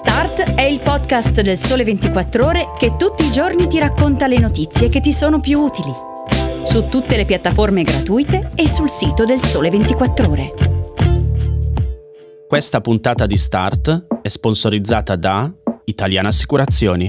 Start è il podcast del Sole 24 Ore che tutti i giorni ti racconta le notizie che ti sono più utili. Su tutte le piattaforme gratuite e sul sito del Sole 24 Ore. Questa puntata di Start è sponsorizzata da Italiana Assicurazioni.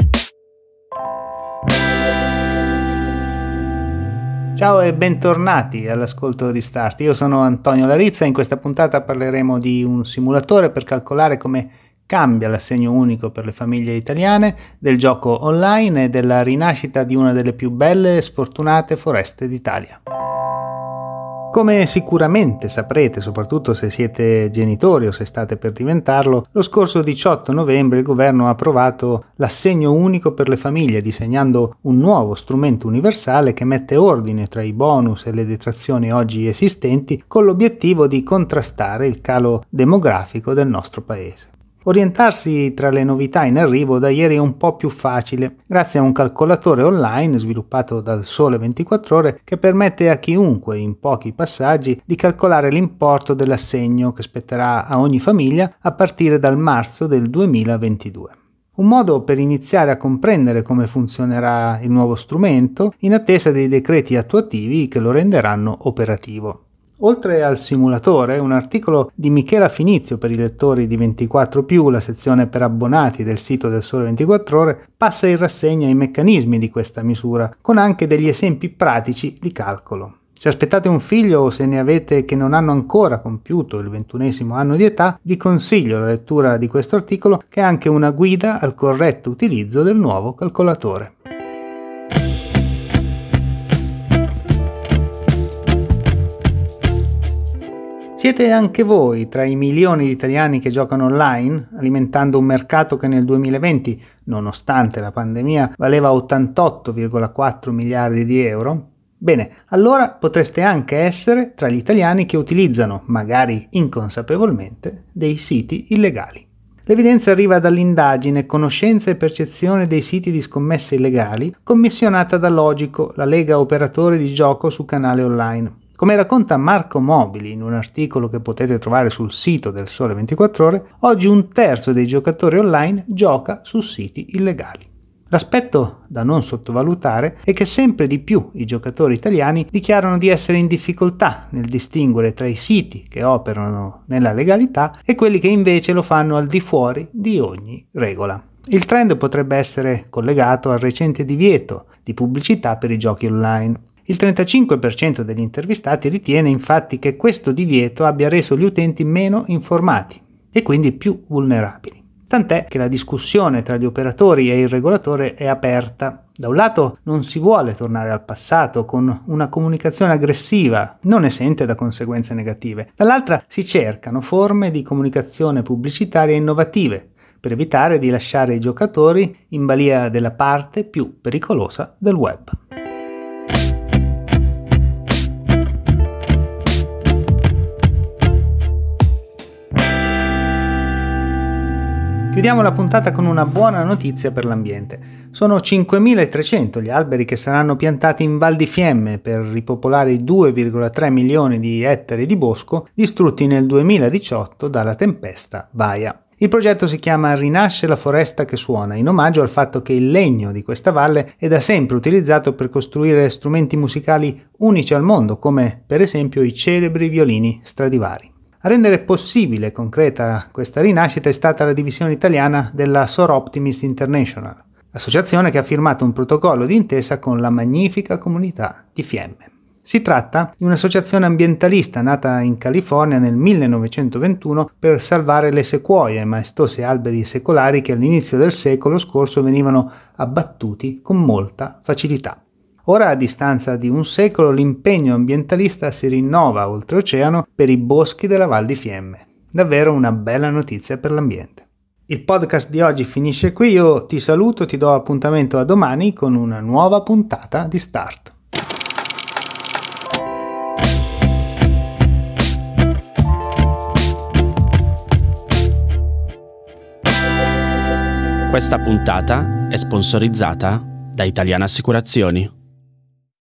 Ciao e bentornati all'ascolto di Start. Io sono Antonio Larizza e in questa puntata parleremo di un simulatore per calcolare come cambia l'assegno unico per le famiglie italiane, del gioco online e della rinascita di una delle più belle e sfortunate foreste d'Italia. Come sicuramente saprete, soprattutto se siete genitori o se state per diventarlo, lo scorso 18 novembre il governo ha approvato l'assegno unico per le famiglie, disegnando un nuovo strumento universale che mette ordine tra i bonus e le detrazioni oggi esistenti con l'obiettivo di contrastare il calo demografico del nostro paese. Orientarsi tra le novità in arrivo da ieri è un po' più facile, grazie a un calcolatore online sviluppato dal Sole 24 Ore che permette a chiunque, in pochi passaggi, di calcolare l'importo dell'assegno che spetterà a ogni famiglia a partire dal marzo del 2022. Un modo per iniziare a comprendere come funzionerà il nuovo strumento in attesa dei decreti attuativi che lo renderanno operativo. Oltre al simulatore, un articolo di Michela Finizio per i lettori di 24+, la sezione per abbonati del sito del Sole 24 Ore, passa in rassegna i meccanismi di questa misura, con anche degli esempi pratici di calcolo. Se aspettate un figlio o se ne avete che non hanno ancora compiuto il 21° anno di età, vi consiglio la lettura di questo articolo che è anche una guida al corretto utilizzo del nuovo calcolatore. Siete anche voi tra i milioni di italiani che giocano online, alimentando un mercato che nel 2020, nonostante la pandemia, valeva 88,4 miliardi di euro? Bene, allora potreste anche essere tra gli italiani che utilizzano, magari inconsapevolmente, dei siti illegali. L'evidenza arriva dall'indagine Conoscenza e percezione dei siti di scommesse illegali, commissionata da Logico, la Lega Operatori di Gioco su canale online. Come racconta Marco Mobili in un articolo che potete trovare sul sito del Sole 24 Ore, oggi 1/3 dei giocatori online gioca su siti illegali. L'aspetto da non sottovalutare è che sempre di più i giocatori italiani dichiarano di essere in difficoltà nel distinguere tra i siti che operano nella legalità e quelli che invece lo fanno al di fuori di ogni regola. Il trend potrebbe essere collegato al recente divieto di pubblicità per i giochi online. Il 35% degli intervistati ritiene infatti che questo divieto abbia reso gli utenti meno informati e quindi più vulnerabili. Tant'è che la discussione tra gli operatori e il regolatore è aperta. Da un lato non si vuole tornare al passato con una comunicazione aggressiva, non esente da conseguenze negative. Dall'altra si cercano forme di comunicazione pubblicitaria innovative per evitare di lasciare i giocatori in balia della parte più pericolosa del web. Chiudiamo la puntata con una buona notizia per l'ambiente. Sono 5.300 gli alberi che saranno piantati in Val di Fiemme per ripopolare i 2,3 milioni di ettari di bosco distrutti nel 2018 dalla tempesta Baia. Il progetto si chiama Rinasce la foresta che suona, in omaggio al fatto che il legno di questa valle è da sempre utilizzato per costruire strumenti musicali unici al mondo, come per esempio i celebri violini Stradivari. A rendere possibile e concreta questa rinascita è stata la divisione italiana della Soroptimist International, associazione che ha firmato un protocollo d'intesa con la magnifica comunità di Fiemme. Si tratta di un'associazione ambientalista nata in California nel 1921 per salvare le sequoie, maestosi alberi secolari che all'inizio del secolo scorso venivano abbattuti con molta facilità. Ora, a distanza di un secolo, l'impegno ambientalista si rinnova oltreoceano per i boschi della Val di Fiemme. Davvero una bella notizia per l'ambiente. Il podcast di oggi finisce qui, io ti saluto, ti do appuntamento a domani con una nuova puntata di Start. Questa puntata è sponsorizzata da Italiana Assicurazioni.